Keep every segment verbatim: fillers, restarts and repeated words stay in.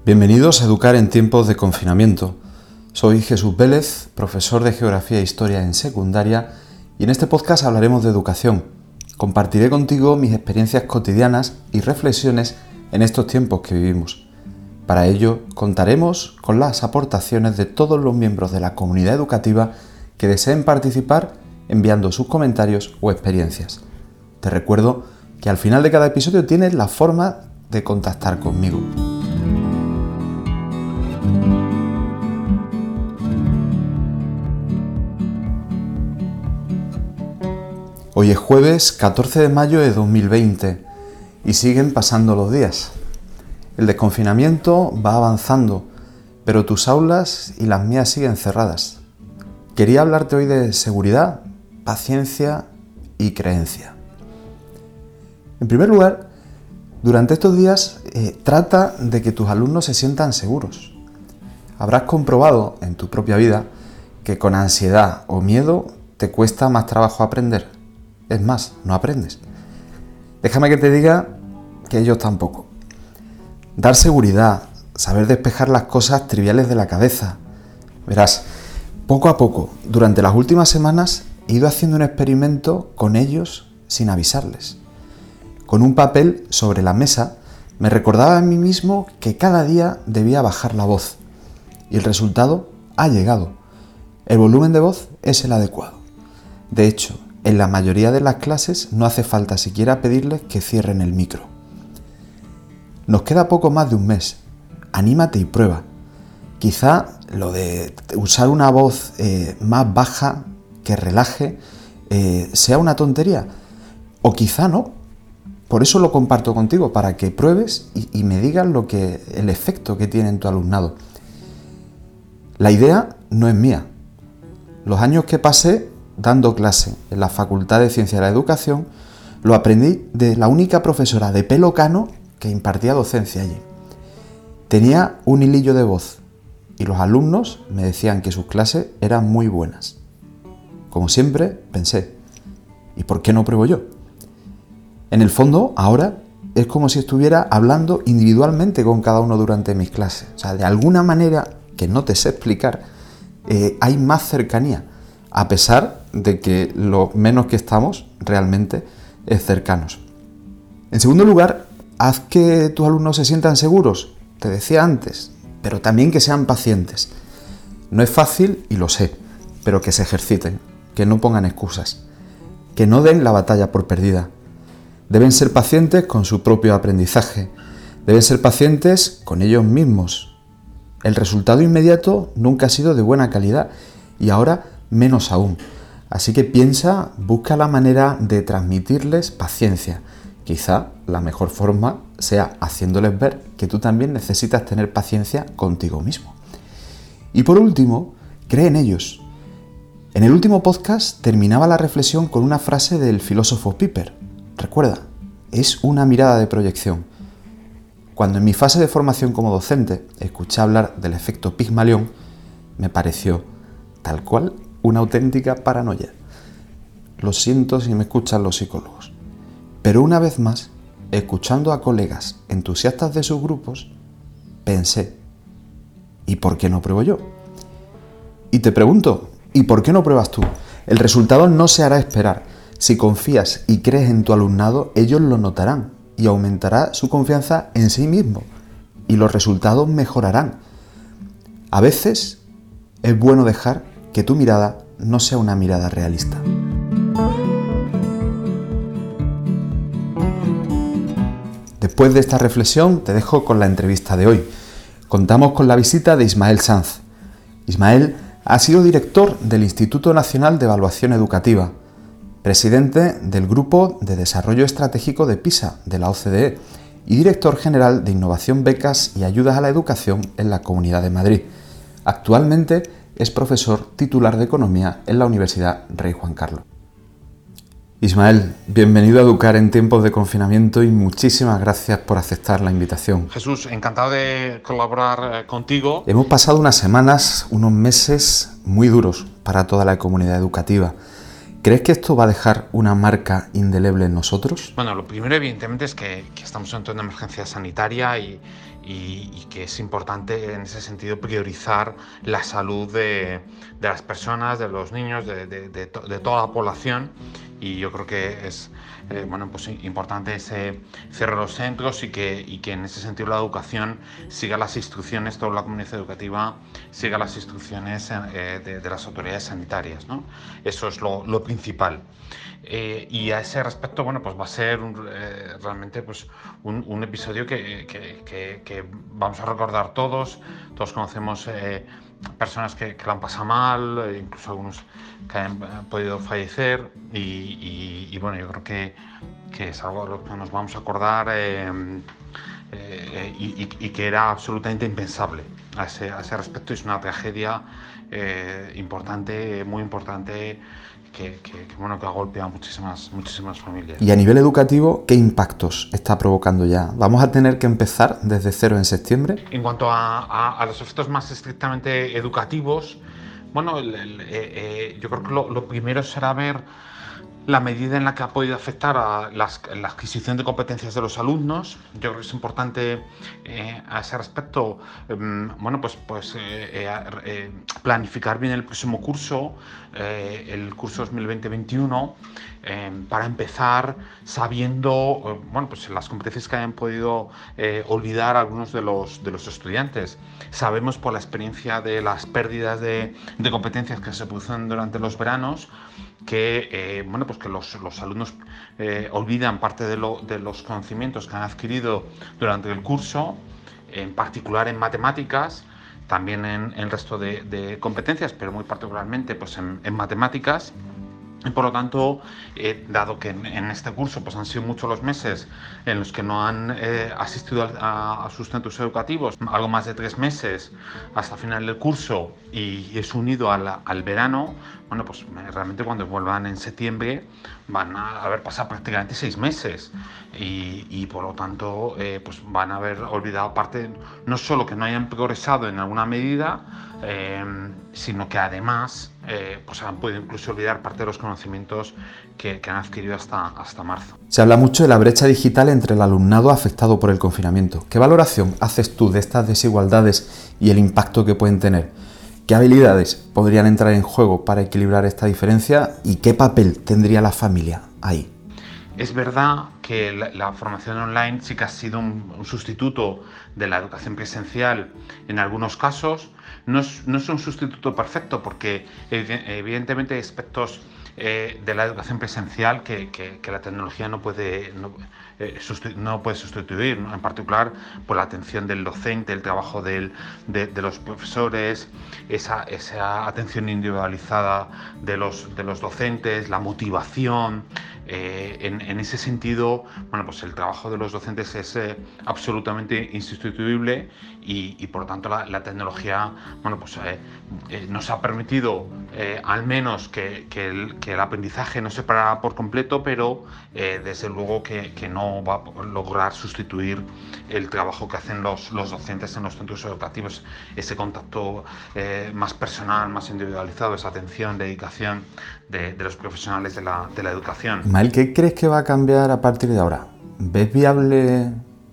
Bienvenidos a Educar en tiempos de confinamiento. Soy Jesús Vélez, profesor de Geografía e Historia en secundaria, y en este podcast hablaremos de educación. Compartiré contigo mis experiencias cotidianas y reflexiones en estos tiempos que vivimos. Para ello, contaremos con las aportaciones de todos los miembros de la comunidad educativa que deseen participar enviando sus comentarios o experiencias. Te recuerdo que al final de cada episodio tienes la forma de contactar conmigo. Hoy es jueves catorce de mayo de dos mil veinte y siguen pasando los días. El desconfinamiento va avanzando, pero tus aulas y las mías siguen cerradas. Quería hablarte hoy de seguridad, paciencia y creencia. En primer lugar, durante estos días eh, trata de que tus alumnos se sientan seguros. Habrás comprobado en tu propia vida que con ansiedad o miedo te cuesta más trabajo aprender. Es más, no aprendes. Déjame que te diga que ellos tampoco. Dar seguridad, saber despejar las cosas triviales de la cabeza. Verás, poco a poco, durante las últimas semanas, he ido haciendo un experimento con ellos sin avisarles. Con un papel sobre la mesa, me recordaba a mí mismo que cada día debía bajar la voz. Y el resultado ha llegado. El volumen de voz es el adecuado. De hecho, en la mayoría de las clases no hace falta siquiera pedirles que cierren el micro. Nos queda poco más de un mes. Anímate y prueba. Quizá lo de usar una voz eh, más baja, que relaje, eh, sea una tontería. O quizá no. Por eso lo comparto contigo, para que pruebes y, y me digas lo que, el efecto que tiene en tu alumnado. La idea no es mía. Los años que pasé dando clase en la Facultad de Ciencias de la Educación, lo aprendí de la única profesora de pelo cano que impartía docencia allí. Tenía un hilillo de voz y los alumnos me decían que sus clases eran muy buenas. Como siempre, pensé, ¿y por qué no pruebo yo? En el fondo, ahora es como si estuviera hablando individualmente con cada uno durante mis clases. O sea, de alguna manera, que no te sé explicar, eh, hay más cercanía, a pesar de que lo menos que estamos realmente es cercanos. En segundo lugar, haz que tus alumnos se sientan seguros, te decía antes, pero también que sean pacientes. No es fácil y lo sé, pero que se ejerciten, que no pongan excusas, que no den la batalla por perdida. Deben ser pacientes con su propio aprendizaje, deben ser pacientes con ellos mismos. El resultado inmediato nunca ha sido de buena calidad y ahora menos aún. Así que piensa, busca la manera de transmitirles paciencia. Quizá la mejor forma sea haciéndoles ver que tú también necesitas tener paciencia contigo mismo. Y por último, cree en ellos. En el último podcast terminaba la reflexión con una frase del filósofo Piper. Recuerda, es una mirada de proyección. Cuando en mi fase de formación como docente escuché hablar del efecto Pigmalión, me pareció, tal cual, una auténtica paranoia. Lo siento si me escuchan los psicólogos. Pero una vez más, escuchando a colegas entusiastas de sus grupos, pensé, ¿y por qué no pruebo yo? Y te pregunto, ¿y por qué no pruebas tú? El resultado no se hará esperar. Si confías y crees en tu alumnado, ellos lo notarán y aumentará su confianza en sí mismo y los resultados mejorarán. A veces es bueno dejar que tu mirada no sea una mirada realista. Después de esta reflexión te dejo con la entrevista de hoy. Contamos con la visita de Ismael Sanz. Ismael ha sido director del Instituto Nacional de Evaluación Educativa, presidente del Grupo de Desarrollo Estratégico de PISA de la O C D E y director general de Innovación, Becas y Ayudas a la Educación en la Comunidad de Madrid. Actualmente es profesor titular de Economía en la Universidad Rey Juan Carlos. Ismael, bienvenido a Educar en tiempos de confinamiento y muchísimas gracias por aceptar la invitación. Jesús, encantado de colaborar eh, contigo. Hemos pasado unas semanas, unos meses muy duros para toda la comunidad educativa. ¿Crees que esto va a dejar una marca indeleble en nosotros? Bueno, lo primero evidentemente es que, que estamos en una emergencia sanitaria y, y, y que es importante en ese sentido priorizar la salud de, de las personas, de los niños, de, de, de, to, de toda la población, y yo creo que es eh, bueno, pues importante ese, cerrar los centros y que, y que en ese sentido la educación siga las instrucciones, toda la comunidad educativa siga las instrucciones eh, de, de las autoridades sanitarias, ¿no? Eso es lo, lo principal. Eh, y a ese respecto, bueno, pues va a ser un, eh, realmente pues un, un episodio que, que, que, que vamos a recordar todos. Todos conocemos eh, personas que, que lo han pasado mal, eh, incluso algunos que han eh, podido fallecer, y, y, y bueno, yo creo que, que es algo de lo que nos vamos a acordar eh, eh, y, y, y que era absolutamente impensable a ese, a ese respecto. Es una tragedia eh, importante, muy importante, Que, que, que, bueno, que ha golpeado a muchísimas, muchísimas familias. Y a nivel educativo, ¿qué impactos está provocando ya? ¿Vamos a tener que empezar desde cero en septiembre? En cuanto a, a, a los efectos más estrictamente educativos, bueno, el, el, eh, eh, yo creo que lo, lo primero será ver la medida en la que ha podido afectar a las, la adquisición de competencias de los alumnos. Yo creo que es importante eh, a ese respecto, eh, bueno, pues, pues eh, eh, planificar bien el próximo curso, eh, el curso dos mil veinte veintiuno, eh, para empezar sabiendo, eh, bueno, pues las competencias que hayan podido eh, olvidar algunos de los, de los estudiantes. Sabemos por la experiencia de las pérdidas de, de competencias que se producen durante los veranos, que, eh, bueno, pues que los, los alumnos eh, olvidan parte de, lo, de los conocimientos que han adquirido durante el curso, en particular en matemáticas, también en el resto de, de competencias, pero muy particularmente pues en, en matemáticas. Y por lo tanto, eh, dado que en, en este curso pues, han sido muchos los meses en los que no han eh, asistido a, a sus centros educativos, algo más de tres meses hasta final del curso, y, y es unido a la, al verano, bueno, pues realmente cuando vuelvan en septiembre van a haber pasado prácticamente seis meses y, y por lo tanto eh, pues van a haber olvidado parte, no solo que no hayan progresado en alguna medida, eh, sino que además eh, pues han podido incluso olvidar parte de los conocimientos que, que han adquirido hasta, hasta marzo. Se habla mucho de la brecha digital entre el alumnado afectado por el confinamiento. ¿Qué valoración haces tú de estas desigualdades y el impacto que pueden tener? ¿Qué habilidades podrían entrar en juego para equilibrar esta diferencia y qué papel tendría la familia ahí? Es verdad que la, la formación online sí que ha sido un, un sustituto de la educación presencial en algunos casos. No es, no es un sustituto perfecto porque evidentemente hay aspectos eh, de la educación presencial que, que, que la tecnología no puede, no, eh, sustitu- no puede sustituir, ¿no? En particular por la atención del docente, el trabajo del, de, de los profesores, esa, esa atención individualizada de los, de los docentes, la motivación. Eh, en, en ese sentido, bueno, pues el trabajo de los docentes es eh, absolutamente insustituible y, y por lo tanto la, la tecnología, bueno, pues eh, eh, nos ha permitido eh, al menos que, que, el, que el aprendizaje no se parara por completo, pero eh, desde luego que, que no va a lograr sustituir el trabajo que hacen los, los docentes en los centros educativos, ese contacto eh, más personal, más individualizado, esa atención, dedicación de, de los profesionales de la, de la educación. Ismael, ¿qué crees que va a cambiar a partir de ahora? ¿Ves viable,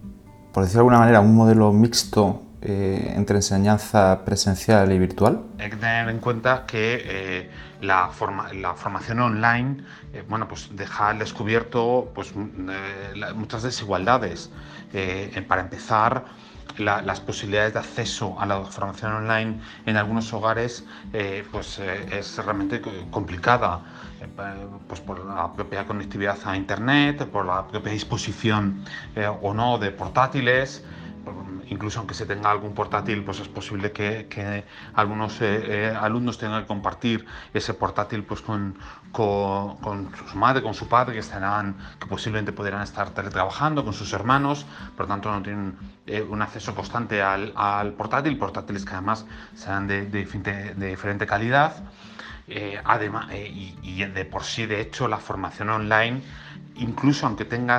por decirlo de alguna manera, un modelo mixto eh, entre enseñanza presencial y virtual? Hay que tener en cuenta que eh, la, forma, la formación online eh, bueno, pues deja al descubierto pues, eh, la, muchas desigualdades. Eh, para empezar, la, las posibilidades de acceso a la formación online en algunos hogares eh, pues, eh, es realmente complicada, eh, pues por la propia conectividad a Internet, por la propia disposición eh, o no de portátiles. Incluso aunque se tenga algún portátil, pues es posible que, que algunos eh, eh, alumnos tengan que compartir ese portátil pues con, con, con su madre, con su padre, que, estarán, que posiblemente podrán estar teletrabajando, con sus hermanos, por lo tanto no tienen eh, un acceso constante al, al portátil, portátiles que además serán de, de, de, de diferente calidad. Eh, además, eh, y, y de por sí, de hecho, la formación online, incluso aunque tengas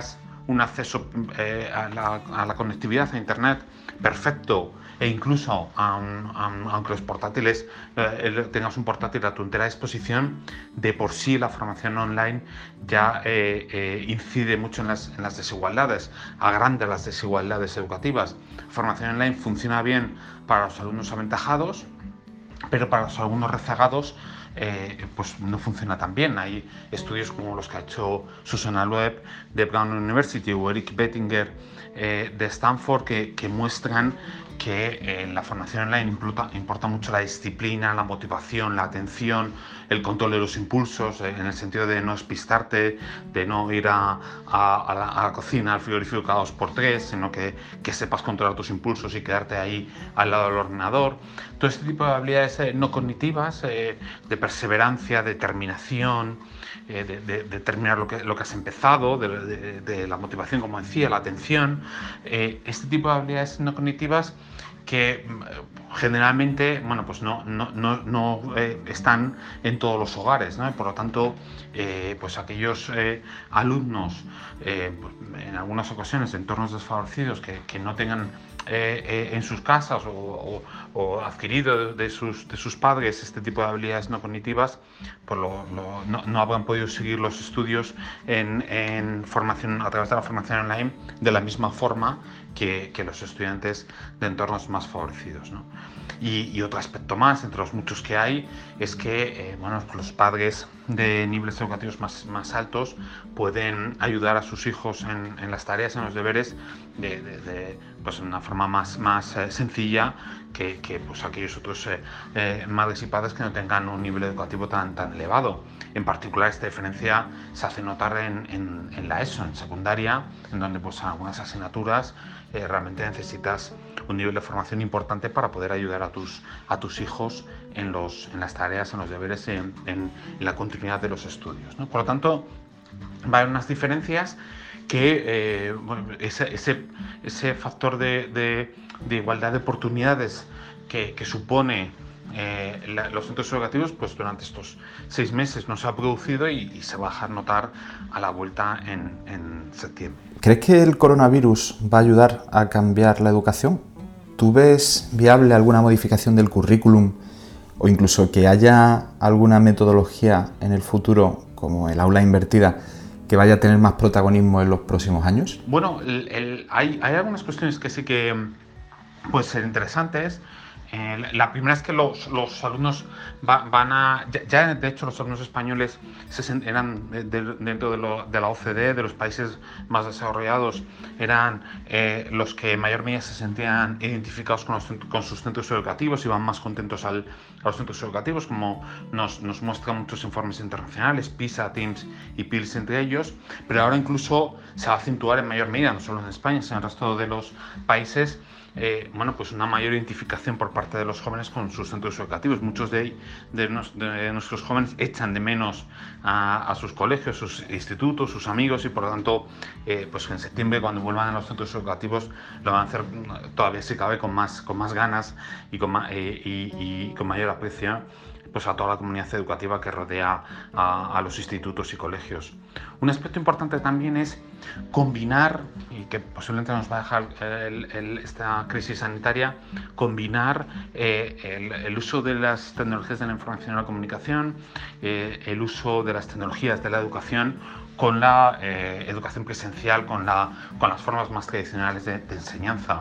un acceso eh, a, la, a la conectividad a Internet perfecto, e incluso um, um, aunque los portátiles, eh, tengas un portátil a tu entera disposición, de por sí la formación online ya eh, eh, incide mucho en las, en las desigualdades, agranda las desigualdades educativas. La formación online funciona bien para los alumnos aventajados, pero para los alumnos rezagados eh, pues no funciona tan bien. Hay estudios como los que ha hecho Susana Loeb de Brown University o Eric Bettinger eh, de Stanford que, que muestran que en eh, la formación online importa, importa mucho la disciplina, la motivación, la atención, el control de los impulsos, eh, en el sentido de no despistarte, de no ir a, a, a, la, a la cocina, al frigorífico cada dos por tres, sino que, que sepas controlar tus impulsos y quedarte ahí al lado del ordenador. Todo este tipo de habilidades eh, no cognitivas, eh, de perseverancia, determinación, eh, de, de, de terminar lo que, lo que has empezado, de, de, de la motivación, como decía, la atención, eh, este tipo de habilidades no cognitivas que generalmente bueno, pues no, no, no, no eh, están en todos los hogares, ¿no? Por lo tanto, eh, pues aquellos eh, alumnos, eh, en algunas ocasiones, de entornos desfavorecidos, que, que no tengan eh, eh, en sus casas o, o, o adquirido de sus, de sus padres este tipo de habilidades no cognitivas, pues lo, lo, no, no habrán podido seguir los estudios en, en formación, a través de la formación online de la misma forma que, que los estudiantes de entornos más favorecidos, ¿no? Y, y otro aspecto más, entre los muchos que hay, es que eh, bueno, los padres de niveles educativos más, más altos pueden ayudar a sus hijos en, en las tareas, en los deberes, de, de, de pues, una forma más, más eh, sencilla que, que pues, aquellos otros eh, eh, madres y padres que no tengan un nivel educativo tan, tan elevado. En particular, esta diferencia se hace notar en, en, en la ESO, en secundaria, en donde pues, algunas asignaturas eh, realmente necesitas un nivel de formación importante para poder ayudar a tus, a tus hijos en, los, en las tareas, en los deberes, en, en, en la continuidad de los estudios, ¿no? Por lo tanto, va a haber unas diferencias que eh, bueno, ese, ese, ese factor de, de, de igualdad de oportunidades que, que supone eh, la, los centros educativos, pues durante estos seis meses no se ha producido y, y se va a dejar notar a la vuelta en, en septiembre. ¿Crees que el coronavirus va a ayudar a cambiar la educación? ¿Tú ves viable alguna modificación del currículum o incluso que haya alguna metodología en el futuro, como el aula invertida, que vaya a tener más protagonismo en los próximos años? Bueno, el, el, hay, hay algunas cuestiones que sí que pueden ser interesantes. Eh, la primera es que los, los alumnos va, van a... Ya, ya de hecho los alumnos españoles se, eran de, de, dentro de, lo, de la O C D E, de los países más desarrollados, eran eh, los que en mayor medida se sentían identificados con, los, con sus centros educativos, iban más contentos al, a los centros educativos, como nos, nos muestran muchos informes internacionales, PISA, TIMSS y PIRLS entre ellos, pero ahora incluso se va a acentuar en mayor medida, no solo en España, sino en el resto de los países, Eh, bueno, pues una mayor identificación por parte de los jóvenes con sus centros educativos. Muchos de, de, nos, de nuestros jóvenes echan de menos a, a sus colegios, sus institutos, sus amigos, y por lo tanto, eh, pues en septiembre, cuando vuelvan a los centros educativos, lo van a hacer todavía, si cabe, con más, con más ganas y con, eh, y, y con mayor aprecio, pues a toda la comunidad educativa que rodea a, a los institutos y colegios. Un aspecto importante también es combinar, y que posiblemente nos va a dejar el, el, esta crisis sanitaria, combinar eh, el, el uso de las tecnologías de la información y la comunicación, eh, el uso de las tecnologías de la educación con la eh, educación presencial, con, la, con las formas más tradicionales de, de enseñanza.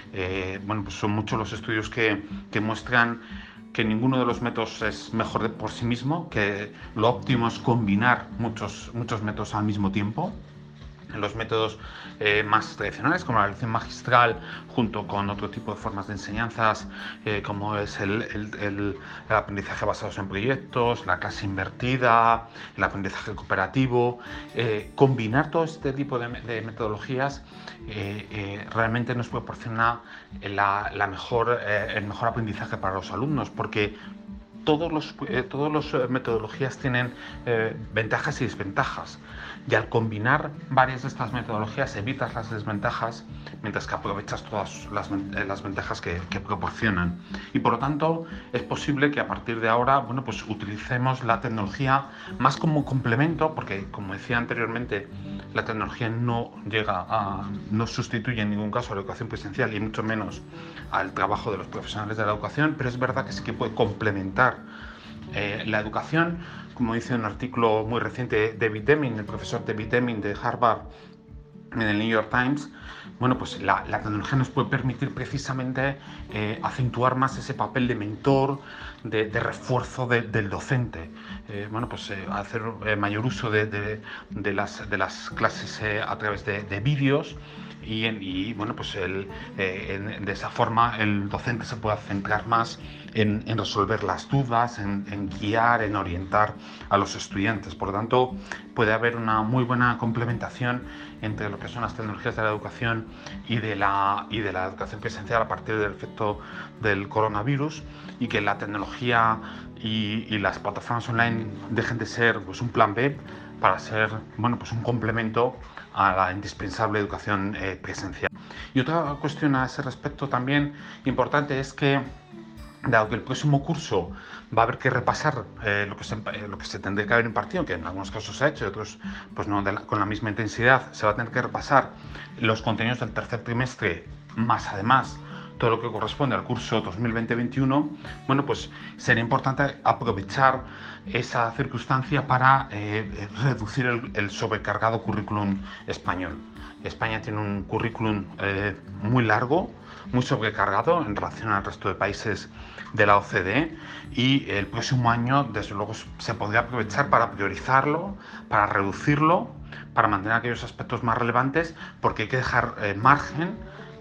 Eh, bueno, pues son muchos los estudios que, que muestran que ninguno de los métodos es mejor de por sí mismo, que lo óptimo es combinar muchos, muchos métodos al mismo tiempo. Los métodos eh, más tradicionales, como la lección magistral, junto con otro tipo de formas de enseñanzas, eh, como es el, el, el, el aprendizaje basado en proyectos, la clase invertida, el aprendizaje cooperativo. Eh, combinar todo este tipo de, de metodologías eh, eh, realmente nos proporciona la, la mejor, eh, el mejor aprendizaje para los alumnos, porque todas las eh, todos los, eh, metodologías tienen eh, ventajas y desventajas, y al combinar varias de estas metodologías evitas las desventajas, mientras que aprovechas todas las, eh, las ventajas que, que proporcionan. Y por lo tanto es posible que a partir de ahora, bueno, pues utilicemos la tecnología más como complemento, porque como decía anteriormente, la tecnología no llega a, no sustituye en ningún caso a la educación presencial y mucho menos al trabajo de los profesionales de la educación, pero es verdad que sí que puede complementar eh, la educación, como dice un artículo muy reciente de David Deming, el profesor David Deming de Harvard, en el New York Times. Bueno, pues la, la tecnología nos puede permitir precisamente eh, acentuar más ese papel de mentor, de, de refuerzo de, del docente. Eh, bueno, pues eh, hacer eh, mayor uso de, de, de, las, de las clases eh, a través de, de vídeos y, en, y bueno, pues el, eh, en, de esa forma el docente se puede centrar más en, en resolver las dudas, en, en guiar, en orientar a los estudiantes. Por lo tanto, puede haber una muy buena complementación entre lo que son las tecnologías de la educación y de la, y de la educación presencial a partir del efecto del coronavirus, y que la tecnología y, y las plataformas online dejen de ser pues, un plan B para ser bueno, pues un complemento a la indispensable educación eh, presencial. Y otra cuestión a ese respecto también importante es que, dado que el próximo curso va a haber que repasar eh, lo, que se, eh, lo que se tendría que haber impartido, que en algunos casos se ha hecho y otros pues no de la, con la misma intensidad, se va a tener que repasar los contenidos del tercer trimestre, más además todo lo que corresponde al curso dos mil veinte veintiuno, bueno, pues sería importante aprovechar esa circunstancia para eh, reducir el, el sobrecargado currículum español. España tiene un currículum eh, muy largo, muy sobrecargado en relación al resto de países de la O C D E, y el próximo año desde luego se podría aprovechar para priorizarlo, para reducirlo, para mantener aquellos aspectos más relevantes, porque hay que dejar eh, margen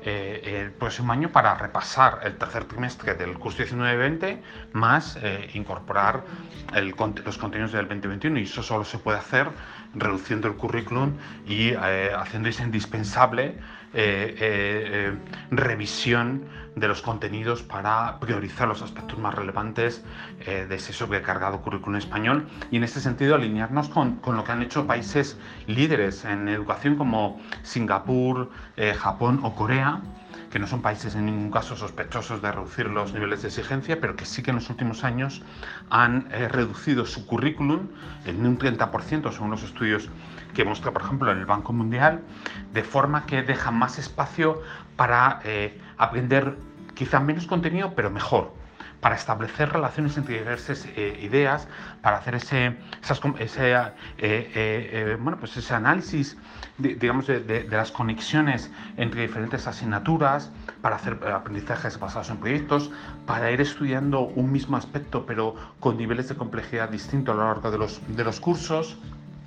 eh, el próximo año para repasar el tercer trimestre del curso diecinueve veinte, más eh, incorporar el, los contenidos del veinte veintiuno, y eso solo se puede hacer reduciendo el currículum y eh, haciendo esa indispensable eh, eh, eh, revisión de los contenidos para priorizar los aspectos más relevantes eh, de ese sobrecargado currículum español, y en este sentido alinearnos con, con lo que han hecho países líderes en educación como Singapur, eh, Japón o Corea, que no son países en ningún caso sospechosos de reducir los niveles de exigencia, pero que sí que en los últimos años han eh, reducido su currículum en un treinta por ciento, según los estudios que muestra, por ejemplo, en el Banco Mundial, de forma que deja más espacio para eh, aprender quizá menos contenido, pero mejor, para establecer relaciones entre diversas eh, ideas, para hacer ese, esas, ese, eh, eh, eh, bueno, pues ese análisis de, digamos, de, de, de las conexiones entre diferentes asignaturas, para hacer aprendizajes basados en proyectos, para ir estudiando un mismo aspecto pero con niveles de complejidad distintos a lo largo de los, de los cursos.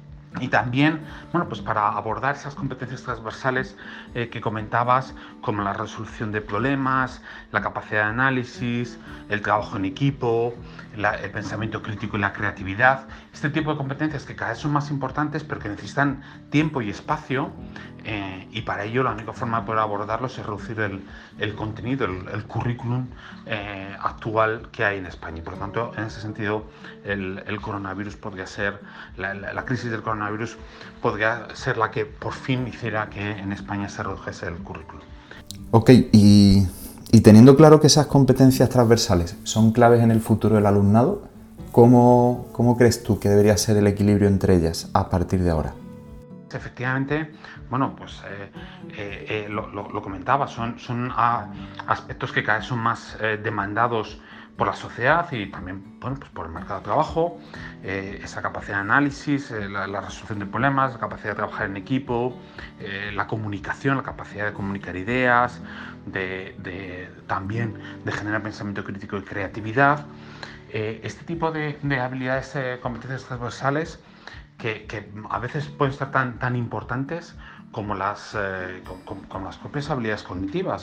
Y también, bueno, pues para abordar esas competencias transversales eh, que comentabas, como la resolución de problemas, la capacidad de análisis, el trabajo en equipo, la, el pensamiento crítico y la creatividad. Este tipo de competencias que cada vez son más importantes, pero que necesitan tiempo y espacio, eh, y para ello la única forma de poder abordarlos es reducir el, el contenido, el, el currículum eh, actual que hay en España. Y por lo tanto, en ese sentido, el, el coronavirus podría ser, la, la, la crisis del coronavirus podría ser la que por fin hiciera que en España se redujese el currículum. Ok, y, y teniendo claro que esas competencias transversales son claves en el futuro del alumnado, ¿cómo, cómo crees tú que debería ser el equilibrio entre ellas a partir de ahora? Efectivamente, bueno, pues eh, eh, eh, lo, lo, lo comentaba, son, son a, aspectos que cada vez son más eh, demandados por la sociedad y también, bueno, pues por el mercado de trabajo, eh, esa capacidad de análisis, eh, la, la resolución de problemas, la capacidad de trabajar en equipo, eh, la comunicación, la capacidad de comunicar ideas, de, de, también de generar pensamiento crítico y creatividad. Eh, este tipo de, de habilidades, eh, competencias transversales, Que, que a veces pueden ser tan, tan importantes como las, eh, como, como las propias habilidades cognitivas,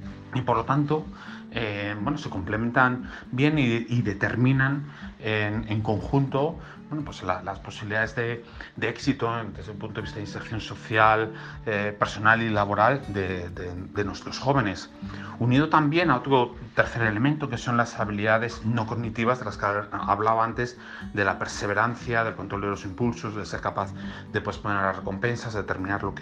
y por lo tanto eh, bueno, se complementan bien y, y determinan en, en conjunto, bueno, pues la, las posibilidades de, de éxito desde el punto de vista de inserción social, eh, personal y laboral de, de, de nuestros jóvenes. Unido también a otro tercer elemento, que son las habilidades no cognitivas de las que hablaba antes, de la perseverancia, del control de los impulsos, de ser capaz de posponer las recompensas, de terminar lo que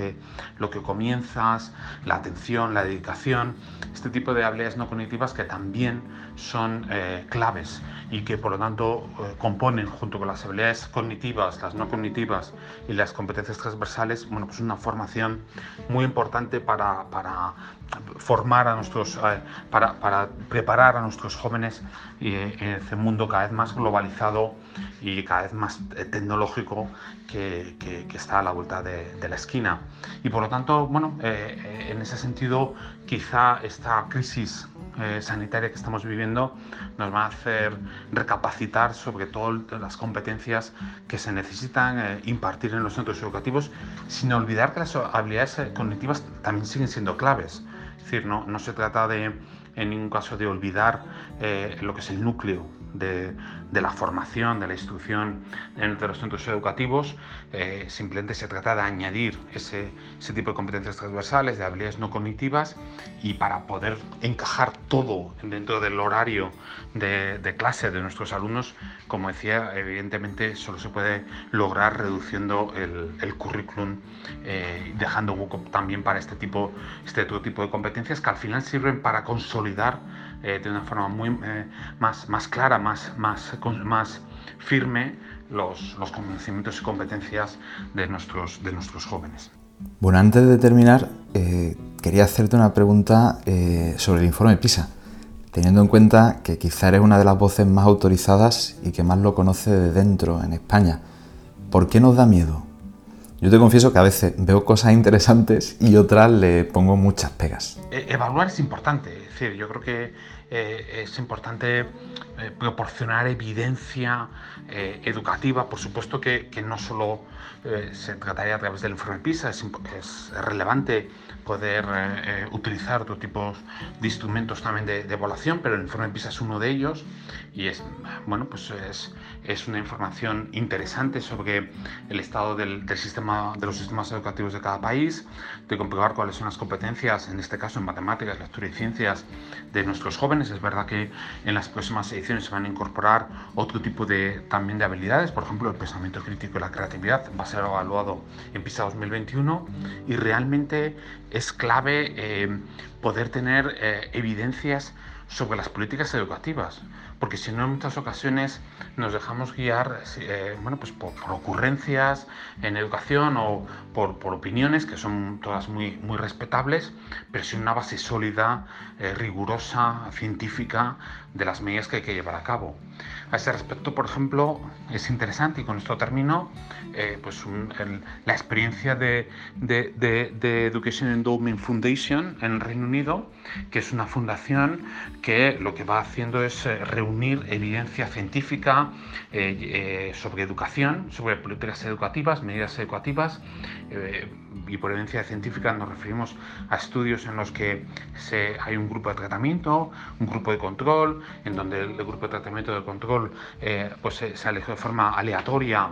desde lo que comienzas, la atención, la dedicación, este tipo de habilidades no cognitivas que también son eh, claves y que por lo tanto eh, componen junto con las habilidades cognitivas, las no cognitivas y las competencias transversales, bueno, pues una formación muy importante para, para formar a nuestros, eh, para, para preparar a nuestros jóvenes eh, en este mundo cada vez más globalizado y cada vez más eh, tecnológico que, que, que está a la vuelta de, de la esquina. Y por lo tanto, bueno, eh, en ese sentido, quizá esta crisis eh, sanitaria que estamos viviendo nos va a hacer recapacitar sobre todas las competencias que se necesitan eh, impartir en los centros educativos, sin olvidar que las habilidades eh, cognitivas también siguen siendo claves. Es decir, no, no se trata de, en ningún caso, de olvidar eh, lo que es el núcleo de, de la formación, de la instrucción entre los centros educativos. Eh, simplemente se trata de añadir ese, ese tipo de competencias transversales, de habilidades no cognitivas, y para poder encajar todo dentro del horario de, de clase de nuestros alumnos, como decía, evidentemente solo se puede lograr reduciendo el, el currículum, eh, dejando hueco también para este tipo, este otro tipo de competencias que al final sirven para consolidar eh, de una forma muy eh, más, más clara, más, más, más firme los, los conocimientos y competencias de nuestros, de nuestros jóvenes. Bueno, antes de terminar, eh, quería hacerte una pregunta eh, sobre el informe PISA, teniendo en cuenta que quizá eres una de las voces más autorizadas y que más lo conoce de dentro en España. ¿Por qué nos da miedo? Yo te confieso que a veces veo cosas interesantes y otras le pongo muchas pegas. Evaluar es importante, es decir, yo creo que eh, es importante eh, proporcionar evidencia eh, educativa. Por supuesto que, que no solo eh, se trataría a través del informe PISA, es, es relevante poder eh, utilizar otro tipo de instrumentos también de, de evaluación, pero el informe PISA es uno de ellos y es, bueno, pues es, es una información interesante sobre el estado del, del sistema, de los sistemas educativos de cada país, de comprobar cuáles son las competencias, en este caso en matemáticas, lectura y ciencias, de nuestros jóvenes. Es verdad que en las próximas ediciones se van a incorporar otro tipo de, también de habilidades, por ejemplo, el pensamiento crítico y la creatividad va a ser evaluado en PISA dos mil veintiuno, y realmente es clave eh, poder tener eh, evidencias sobre las políticas educativas, porque si no, en muchas ocasiones nos dejamos guiar eh, bueno, pues por, por ocurrencias en educación o por, por opiniones que son todas muy, muy respetables, pero sin una base sólida, eh, rigurosa, científica de las medidas que hay que llevar a cabo. A ese respecto, por ejemplo, es interesante, y con esto termino, eh, pues un, el, la experiencia de, de, de, de Education Endowment Foundation en Reino Unido, que es una fundación que lo que va haciendo es eh, reunir evidencia científica eh, eh, sobre educación, sobre políticas educativas, medidas educativas, eh, y por evidencia científica nos referimos a estudios en los que se, hay un grupo de tratamiento, un grupo de control, en donde el, el grupo de tratamiento de control eh, pues se, se eligió de forma aleatoria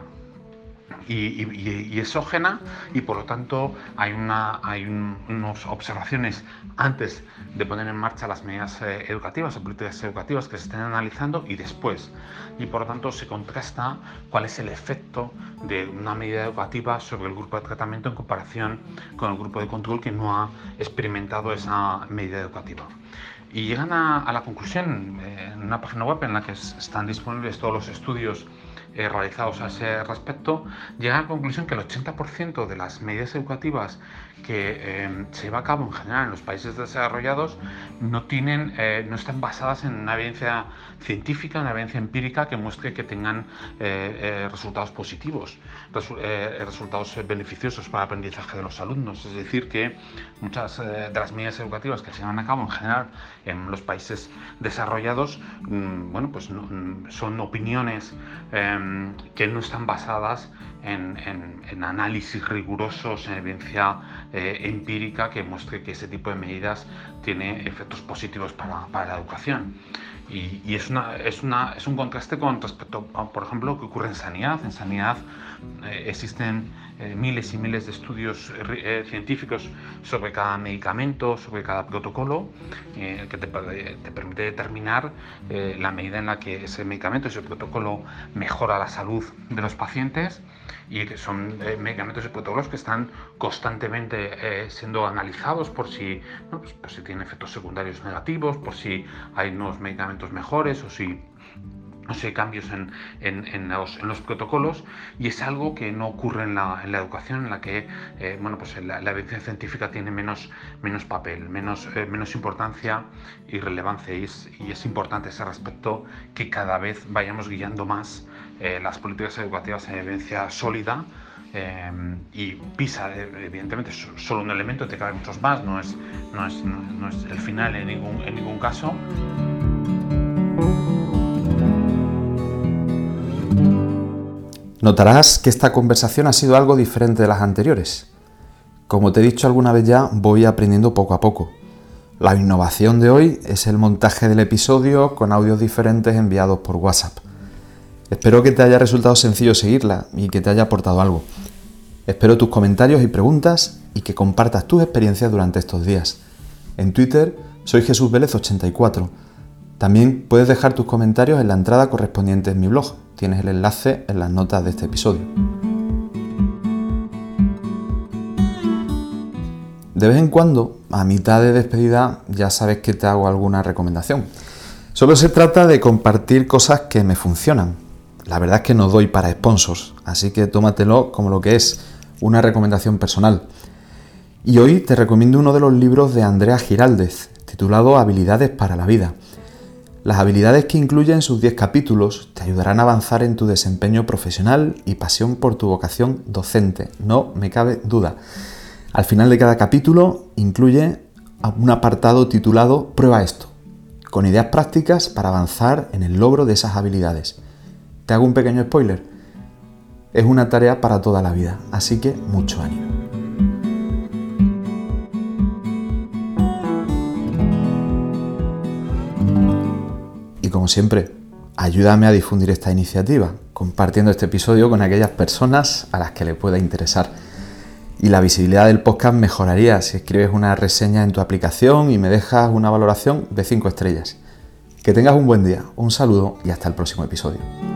Y, y, y exógena, y por lo tanto hay, una, hay un, unas observaciones antes de poner en marcha las medidas eh, educativas o políticas educativas que se estén analizando, y después, y por lo tanto se contrasta cuál es el efecto de una medida educativa sobre el grupo de tratamiento en comparación con el grupo de control que no ha experimentado esa medida educativa. Y llegan a, a la conclusión eh, en una página web en la que están disponibles todos los estudios Eh, realizados a ese respecto, llega a la conclusión que el ochenta por ciento de las medidas educativas que eh, se lleva a cabo en general en los países desarrollados no tienen, eh, no están basadas en una evidencia científica, una evidencia empírica que muestre que tengan eh, eh, resultados positivos, resu eh, resultados beneficiosos para el aprendizaje de los alumnos. Es decir, que muchas eh, de las medidas educativas que se llevan a cabo en general en los países desarrollados, mmm, bueno, pues no, son opiniones eh, que no están basadas en, en, en análisis rigurosos, en evidencia eh, empírica que muestre que ese tipo de medidas tiene efectos positivos para, para la educación. Y, y es, una, es, una, es un contraste con respecto a, por ejemplo, lo que ocurre en sanidad. En sanidad eh, existen eh, miles y miles de estudios eh, científicos sobre cada medicamento, sobre cada protocolo, eh, que te, te permite determinar eh, la medida en la que ese medicamento, ese protocolo, mejora la salud de los pacientes. y que son eh, medicamentos y protocolos que están constantemente eh, siendo analizados por si, bueno, pues, por si tienen efectos secundarios negativos, por si hay nuevos medicamentos mejores o si no sé, cambios en, en, en, los, en los protocolos, y es algo que no ocurre en la, en la educación, en la que eh, bueno, pues la, la evidencia científica tiene menos, menos papel, menos, eh, menos importancia y relevancia, y es, y es importante ese respecto, que cada vez vayamos guiando más eh, las políticas educativas en evidencia sólida. Eh, y PISA, evidentemente, es solo un elemento, te caben muchos más, no es, no es, no, no es el final en ningún, en ningún caso. Notarás que esta conversación ha sido algo diferente de las anteriores. Como te he dicho alguna vez ya, voy aprendiendo poco a poco. La innovación de hoy es el montaje del episodio con audios diferentes enviados por WhatsApp. Espero que te haya resultado sencillo seguirla y que te haya aportado algo. Espero tus comentarios y preguntas y que compartas tus experiencias durante estos días. En Twitter soy Jesús Vélez ochenta y cuatro. También puedes dejar tus comentarios en la entrada correspondiente en mi blog. Tienes el enlace en las notas de este episodio. De vez en cuando, a mitad de despedida, ya sabes que te hago alguna recomendación. Solo se trata de compartir cosas que me funcionan. La verdad es que no doy para sponsors, así que tómatelo como lo que es, una recomendación personal. Y hoy te recomiendo uno de los libros de Andrea Giraldez, titulado Habilidades para la vida. Las habilidades que incluye en sus diez capítulos te ayudarán a avanzar en tu desempeño profesional y pasión por tu vocación docente, no me cabe duda. Al final de cada capítulo incluye un apartado titulado Prueba esto, con ideas prácticas para avanzar en el logro de esas habilidades. Te hago un pequeño spoiler, es una tarea para toda la vida, así que mucho ánimo. Y como siempre, ayúdame a difundir esta iniciativa, compartiendo este episodio con aquellas personas a las que le pueda interesar. Y la visibilidad del podcast mejoraría si escribes una reseña en tu aplicación y me dejas una valoración de cinco estrellas. Que tengas un buen día, un saludo y hasta el próximo episodio.